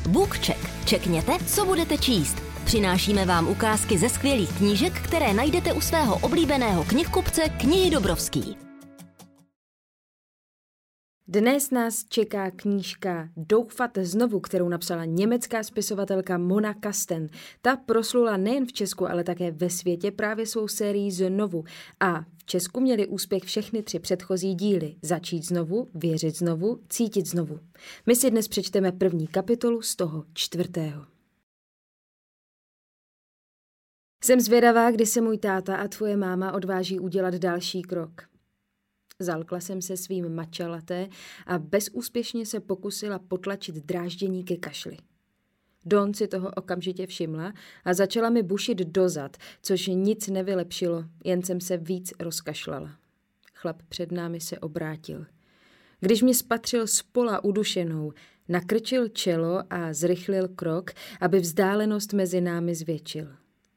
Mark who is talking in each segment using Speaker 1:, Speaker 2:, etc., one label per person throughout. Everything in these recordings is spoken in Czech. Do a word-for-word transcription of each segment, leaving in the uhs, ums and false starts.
Speaker 1: BookCheck. Čekněte, co budete číst. Přinášíme vám ukázky ze skvělých knížek, které najdete u svého oblíbeného knihkupce Knihy Dobrovský.
Speaker 2: Dnes nás čeká knížka Doufat znovu, kterou napsala německá spisovatelka Mona Kasten. Ta proslula nejen v Česku, ale také ve světě právě svou sérií Znovu. A v Česku měli úspěch všechny tři předchozí díly. Začít znovu, věřit znovu, cítit znovu. My si dnes přečteme první kapitolu z toho čtvrtého. Jsem zvědavá, kdy se můj táta a tvoje máma odváží udělat další krok. Zalkla jsem se svým matcha latte a bezúspěšně se pokusila potlačit dráždění ke kašli. Dawn si toho okamžitě všimla a začala mi bušit dozad, což nic nevylepšilo, jen jsem se víc rozkašlala. Chlap před námi se obrátil. Když mě spatřil zpola udušenou, nakrčil čelo a zrychlil krok, aby vzdálenost mezi námi zvětšil.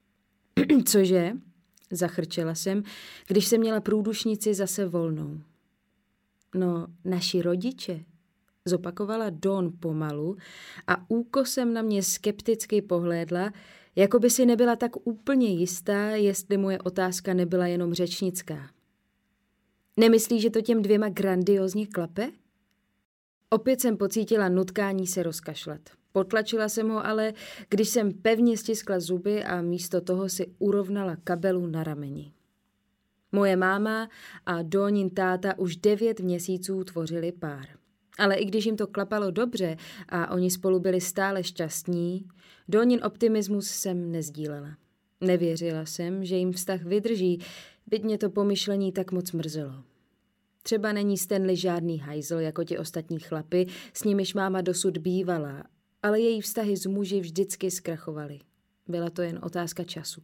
Speaker 2: Cože? Zachrčela jsem, když jsem měla průdušnici zase volnou. No, naši rodiče, zopakovala Dawn pomalu a úkosem na mě skepticky pohlédla, jako by si nebyla tak úplně jistá, jestli moje otázka nebyla jenom řečnická. Nemyslíš, že to těm dvěma grandiózně klape? Opět jsem pocítila nutkání se rozkašlat. Potlačila jsem ho ale, když jsem pevně stiskla zuby a místo toho si urovnala kabelu na rameni. Moje máma a Dawnin táta už devět měsíců tvořili pár. Ale i když jim to klapalo dobře a oni spolu byli stále šťastní, Dawnin optimismus jsem nezdílela. Nevěřila jsem, že jim vztah vydrží, byť mě to pomyšlení tak moc mrzelo. Třeba není Stanley žádný hajzl jako ti ostatní chlapy, s nimiž máma dosud bývala, ale její vztahy s muži vždycky zkrachovaly. Byla to jen otázka času.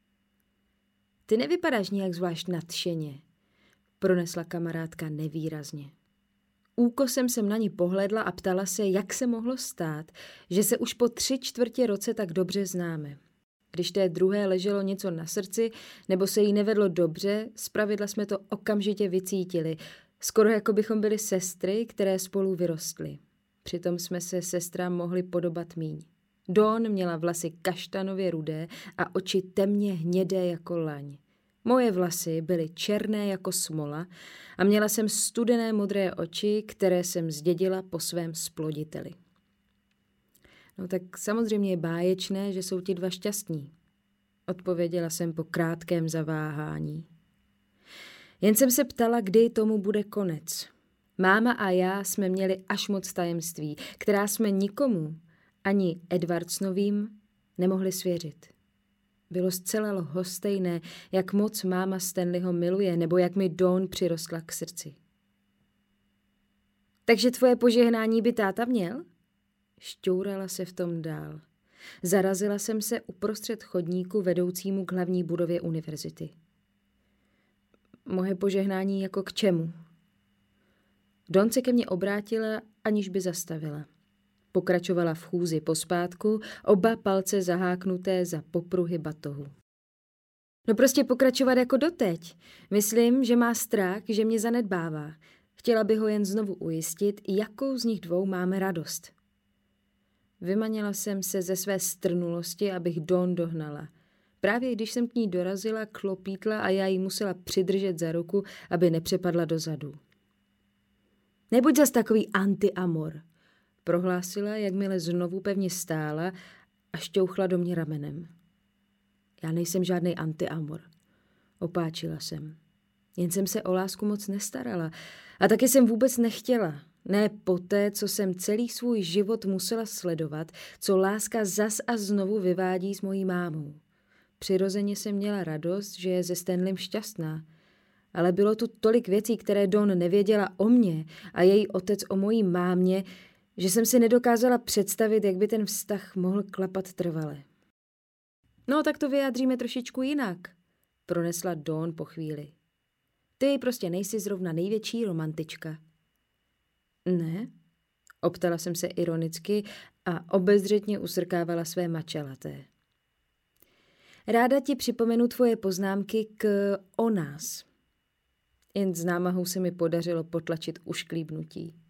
Speaker 2: Ty nevypadáš nějak zvlášť nadšeně, pronesla kamarádka nevýrazně. Úkosem jsem na ní pohledla a ptala se, jak se mohlo stát, že se už po tři čtvrtě roce tak dobře známe. Když té druhé leželo něco na srdci nebo se jí nevedlo dobře, zpravidla jsme to okamžitě vycítili, skoro jako bychom byli sestry, které spolu vyrostly. Přitom jsme se sestrám mohli podobat míň. Dawn měla vlasy kaštanově rudé a oči temně hnědé jako laň. Moje vlasy byly černé jako smola a měla jsem studené modré oči, které jsem zdědila po svém sploditeli. No tak samozřejmě je báječné, že jsou ti dva šťastní. Odpověděla jsem po krátkém zaváhání. Jen jsem se ptala, kdy tomu bude konec. Máma a já jsme měli až moc tajemství, která jsme nikomu, ani Edwardsnovým, nemohli svěřit. Bylo zcela lhostejné, jak moc máma Stanleyho miluje, nebo jak mi Dawn přirostla k srdci. Takže tvoje požehnání by táta měl? Šťourala se v tom dál. Zarazila jsem se uprostřed chodníku vedoucímu k hlavní budově univerzity. Moje požehnání jako k čemu? Dawn se ke mně obrátila, aniž by zastavila. Pokračovala v chůzi pospátku, oba palce zaháknuté za popruhy batohu. No prostě pokračovat jako doteď. Myslím, že má strach, že mě zanedbává. Chtěla by ho jen znovu ujistit, jakou z nich dvou máme radost. Vymanila jsem se ze své strnulosti, abych Dawn dohnala. Právě když jsem k ní dorazila, klopítla a já jí musela přidržet za ruku, aby nepřepadla dozadu. Nebuď zas takový anti-amor, prohlásila, jakmile znovu pevně stála a šťouchla do mě ramenem. Já nejsem žádnej anti-amor, opáčila jsem. Jen jsem se o lásku moc nestarala a taky jsem vůbec nechtěla. Ne poté, co jsem celý svůj život musela sledovat, co láska zas a znovu vyvádí s mojí mámou. Přirozeně jsem měla radost, že je se Stanleym šťastná. Ale bylo tu tolik věcí, které Dawn nevěděla o mně a její otec o mojí mámě, že jsem si nedokázala představit, jak by ten vztah mohl klapat trvale. No, tak to vyjádříme trošičku jinak, pronesla Dawn po chvíli. Ty prostě nejsi zrovna největší romantička. Ne? Optala jsem se ironicky a obezřetně usrkávala své matcha latte. Ráda ti připomenu tvoje poznámky k o nás. Jen s námahou se mi podařilo potlačit ušklíbnutí.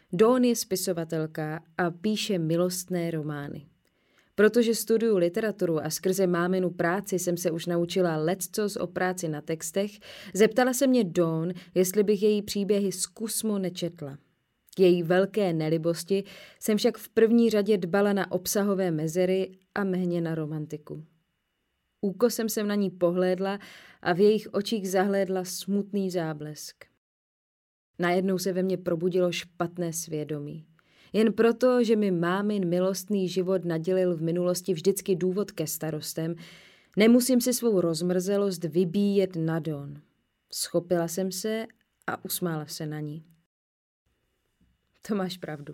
Speaker 2: Dawn je spisovatelka a píše milostné romány. Protože studuju literaturu a skrze máminu práci jsem se už naučila leccos o práci na textech, zeptala se mě Dawn, jestli bych její příběhy zkusmo nečetla. K její velké nelibosti jsem však v první řadě dbala na obsahové mezery a méně na romantiku. Úkosem jsem na ní pohlédla a v jejich očích zahlédla smutný záblesk. Najednou se ve mně probudilo špatné svědomí. Jen proto, že mi mámin milostný život nadělil v minulosti vždycky důvod ke starostem, nemusím si svou rozmrzelost vybíjet na Dawn. Schopila jsem se a usmála se na ní. To máš pravdu.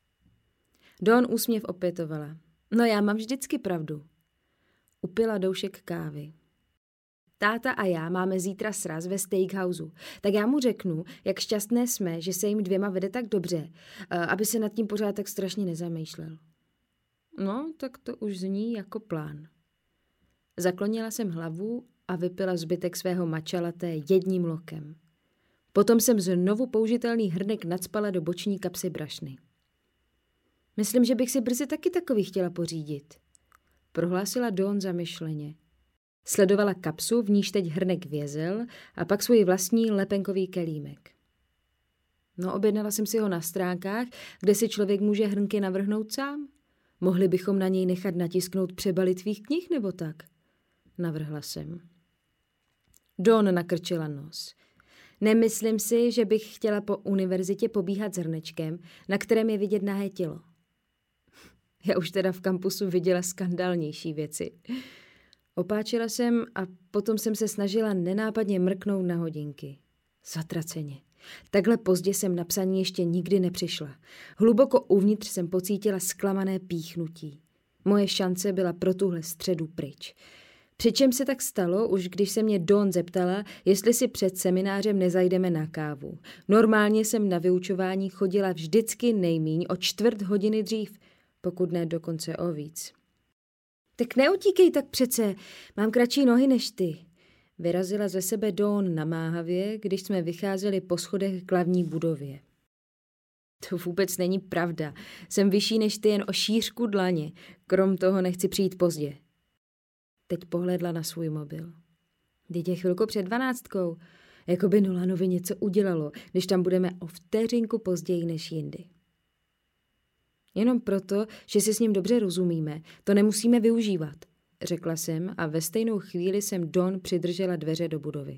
Speaker 2: Dawn úsměv opětovala. No já mám vždycky pravdu. Upila doušek kávy. Táta a já máme zítra sraz ve steakhouse, tak já mu řeknu, jak šťastné jsme, že se jim dvěma vede tak dobře, aby se nad tím pořád tak strašně nezamýšlel. No, tak to už zní jako plán. Zaklonila jsem hlavu a vypila zbytek svého matcha latte jedním lokem. Potom jsem znovu použitelný hrnek nacpala do boční kapsy brašny. Myslím, že bych si brzy taky takový chtěla pořídit, prohlásila Dawn zamyšleně. Sledovala kapsu, v níž teď hrnek vězel, a pak svůj vlastní lepenkový kelímek. No, objednala jsem si ho na stránkách, kde si člověk může hrnky navrhnout sám. Mohli bychom na něj nechat natisknout přebaly tvých knih, nebo tak? Navrhla jsem. Dawn nakrčila nos. Nemyslím si, že bych chtěla po univerzitě pobíhat s hrnečkem, na kterém je vidět nahé tělo. Já už teda v kampusu viděla skandálnější věci. Opáčila jsem a potom jsem se snažila nenápadně mrknout na hodinky. Zatraceně. Takhle pozdě jsem na psaní ještě nikdy nepřišla. Hluboko uvnitř jsem pocítila zklamané píchnutí. Moje šance byla pro tuhle středu pryč. Přičem se tak stalo, už když se mě Dawn zeptala, jestli si před seminářem nezajdeme na kávu. Normálně jsem na vyučování chodila vždycky nejmíň o čtvrt hodiny dřív, pokud ne dokonce o víc. Tak neutíkej tak přece, mám kratší nohy než ty. Vyrazila ze sebe Dawn namáhavě, když jsme vycházeli po schodech k hlavní budově. To vůbec není pravda, jsem vyšší než ty jen o šířku dlaně, krom toho nechci přijít pozdě. Teď pohlédla na svůj mobil. Teď je chvilku před dvanáctkou, jako by Nolanovi něco udělalo, když tam budeme o vteřinku později než jindy. Jenom proto, že si s ním dobře rozumíme, to nemusíme využívat, řekla jsem a ve stejnou chvíli jsem Dawn přidržela dveře do budovy.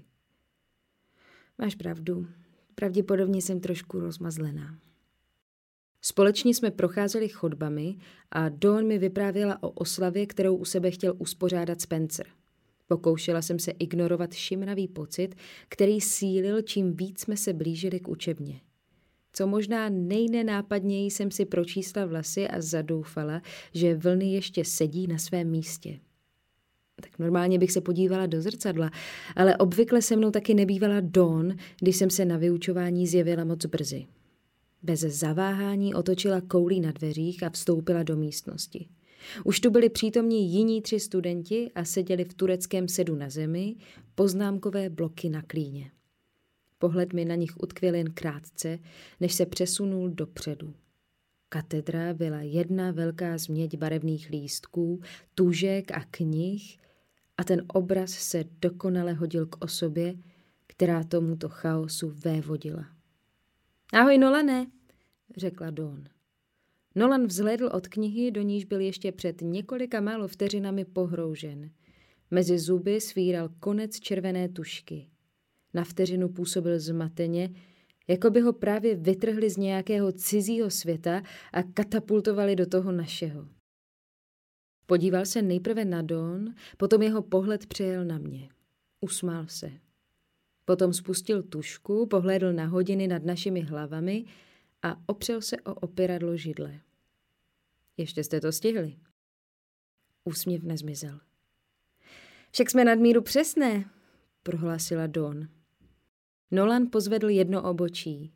Speaker 2: Máš pravdu, pravděpodobně jsem trošku rozmazlená. Společně jsme procházeli chodbami a Dawn mi vyprávěla o oslavě, kterou u sebe chtěl uspořádat Spencer. Pokoušela jsem se ignorovat šimravý pocit, který sílil, čím víc jsme se blížili k učebně. Co možná nejnenápadněji jsem si pročísla vlasy a zadoufala, že vlny ještě sedí na svém místě. Tak normálně bych se podívala do zrcadla, ale obvykle se mnou taky nebývala Dawn, když jsem se na vyučování zjevila moc brzy. Bez zaváhání otočila koulí na dveřích a vstoupila do místnosti. Už tu byli přítomní jiní tři studenti a seděli v tureckém sedu na zemi, poznámkové bloky na klíně. Pohled mi na nich utkvěl jen krátce, než se přesunul dopředu. Katedra byla jedna velká změť barevných lístků, tužek a knih a ten obraz se dokonale hodil k osobě, která tomuto chaosu vévodila. Ahoj, Nolane, řekla Dawn. Nolan vzhlédl od knihy, do níž byl ještě před několika málo vteřinami pohroužen. Mezi zuby svíral konec červené tužky. Na vteřinu působil zmateně, jako by ho právě vytrhli z nějakého cizího světa a katapultovali do toho našeho. Podíval se nejprve na Dawn, potom jeho pohled přejel na mě. Usmál se. Potom spustil tužku, pohlédl na hodiny nad našimi hlavami a opřel se o opěradlo židle. Ještě jste to stihli. Úsměv nezmizel. Však jsme nadmíru přesné, prohlásila Dawn. Nolan pozvedl jedno obočí.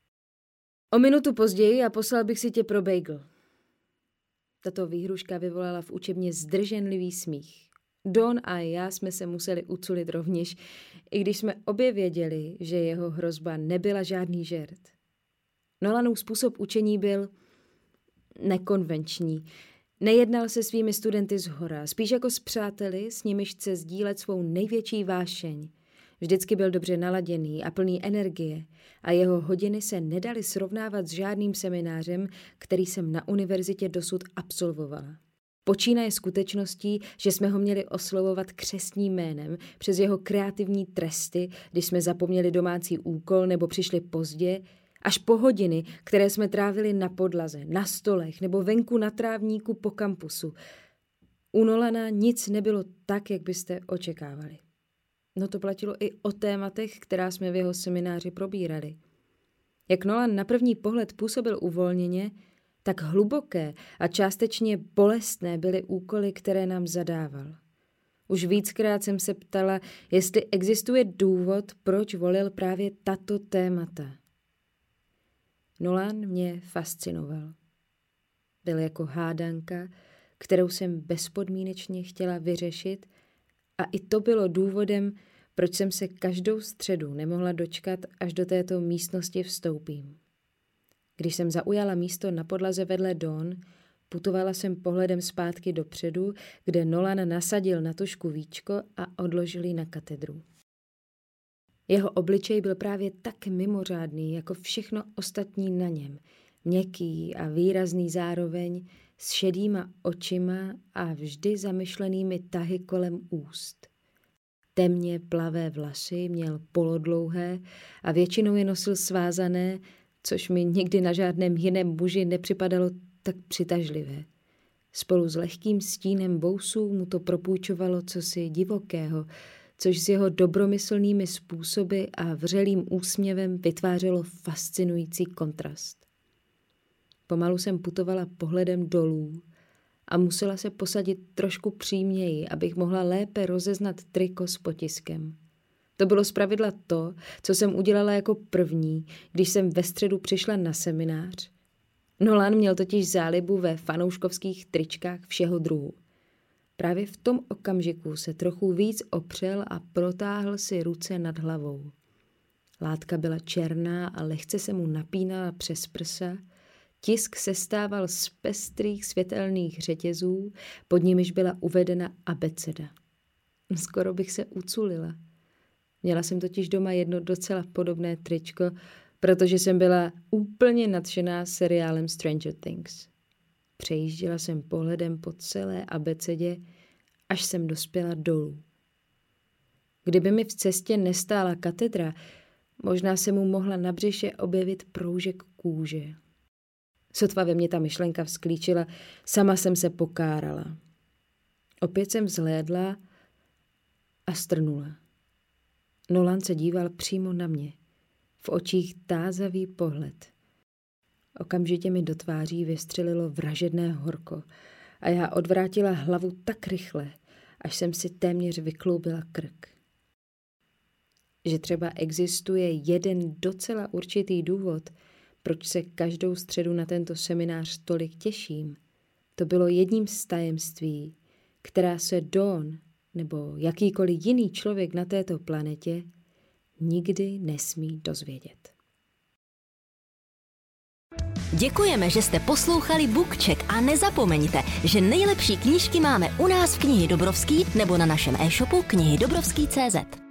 Speaker 2: O minutu později a poslal bych si tě pro bagel. Tato výhruška vyvolala v učebně zdrženlivý smích. Dawn a já jsme se museli uculit rovněž, i když jsme obě věděli, že jeho hrozba nebyla žádný žert. Nolanův způsob učení byl nekonvenční. Nejednal se svými studenty zhora, spíš jako s přáteli, s nimiž chce sdílet svou největší vášeň. Vždycky byl dobře naladěný a plný energie a jeho hodiny se nedaly srovnávat s žádným seminářem, který jsem na univerzitě dosud absolvovala. Počínaje skutečností, že jsme ho měli oslovovat křestním jménem přes jeho kreativní tresty, když jsme zapomněli domácí úkol nebo přišli pozdě, až po hodiny, které jsme trávili na podlaze, na stolech nebo venku na trávníku po kampusu. U Nolana nic nebylo tak, jak byste očekávali. No to platilo i o tématech, která jsme v jeho semináři probírali. Jak Nolan na první pohled působil uvolněně, tak hluboké a částečně bolestné byly úkoly, které nám zadával. Už víckrát jsem se ptala, jestli existuje důvod, proč volil právě tato témata. Nolan mě fascinoval. Byl jako hádanka, kterou jsem bezpodmínečně chtěla vyřešit, a i to bylo důvodem, proč jsem se každou středu nemohla dočkat, až do této místnosti vstoupím. Když jsem zaujala místo na podlaze vedle Dawn, putovala jsem pohledem zpátky dopředu, kde Nolan nasadil na tužku víčko a odložil ji na katedru. Jeho obličej byl právě tak mimořádný, jako všechno ostatní na něm, měkký a výrazný zároveň, s šedýma očima a vždy zamyšlenými tahy kolem úst. Temně plavé vlasy měl polodlouhé a většinou je nosil svázané, což mi nikdy na žádném jiném muži nepřipadalo tak přitažlivé. Spolu s lehkým stínem vousů mu to propůjčovalo cosi divokého, což s jeho dobromyslnými způsoby a vřelým úsměvem vytvářelo fascinující kontrast. Pomalu jsem putovala pohledem dolů a musela se posadit trošku přímněji, abych mohla lépe rozeznat triko s potiskem. To bylo zpravidla to, co jsem udělala jako první, když jsem ve středu přišla na seminář. Nolan měl totiž zálibu ve fanouškovských tričkách všeho druhu. Právě v tom okamžiku se trochu víc opřel a protáhl si ruce nad hlavou. Látka byla černá a lehce se mu napínala přes prsa. Tisk sestával z pestrých světelných řetězů, pod nimiž byla uvedena abeceda. Skoro bych se uculila. Měla jsem totiž doma jedno docela podobné tričko, protože jsem byla úplně nadšená seriálem Stranger Things. Přejížděla jsem pohledem po celé abecedě, až jsem dospěla dolů. Kdyby mi v cestě nestála katedra, možná se mu mohla na břiše objevit proužek kůže. Sotva ve mně ta myšlenka vzklíčila, sama jsem se pokárala. Opět jsem vzhlédla a strnula. Nolan se díval přímo na mě, v očích tázavý pohled. Okamžitě mi do tváří vystřelilo vražedné horko a já odvrátila hlavu tak rychle, až jsem si téměř vykloubila krk. Že třeba existuje jeden docela určitý důvod, proč se každou středu na tento seminář tolik těším, to bylo jedním z tajemství, která se Dawn nebo jakýkoliv jiný člověk na této planetě nikdy nesmí dozvědět.
Speaker 1: Děkujeme, že jste poslouchali BookCheck a nezapomeňte, že nejlepší knížky máme u nás v Knihy Dobrovský nebo na našem e-shopu knihy dobrovský tečka cé zet.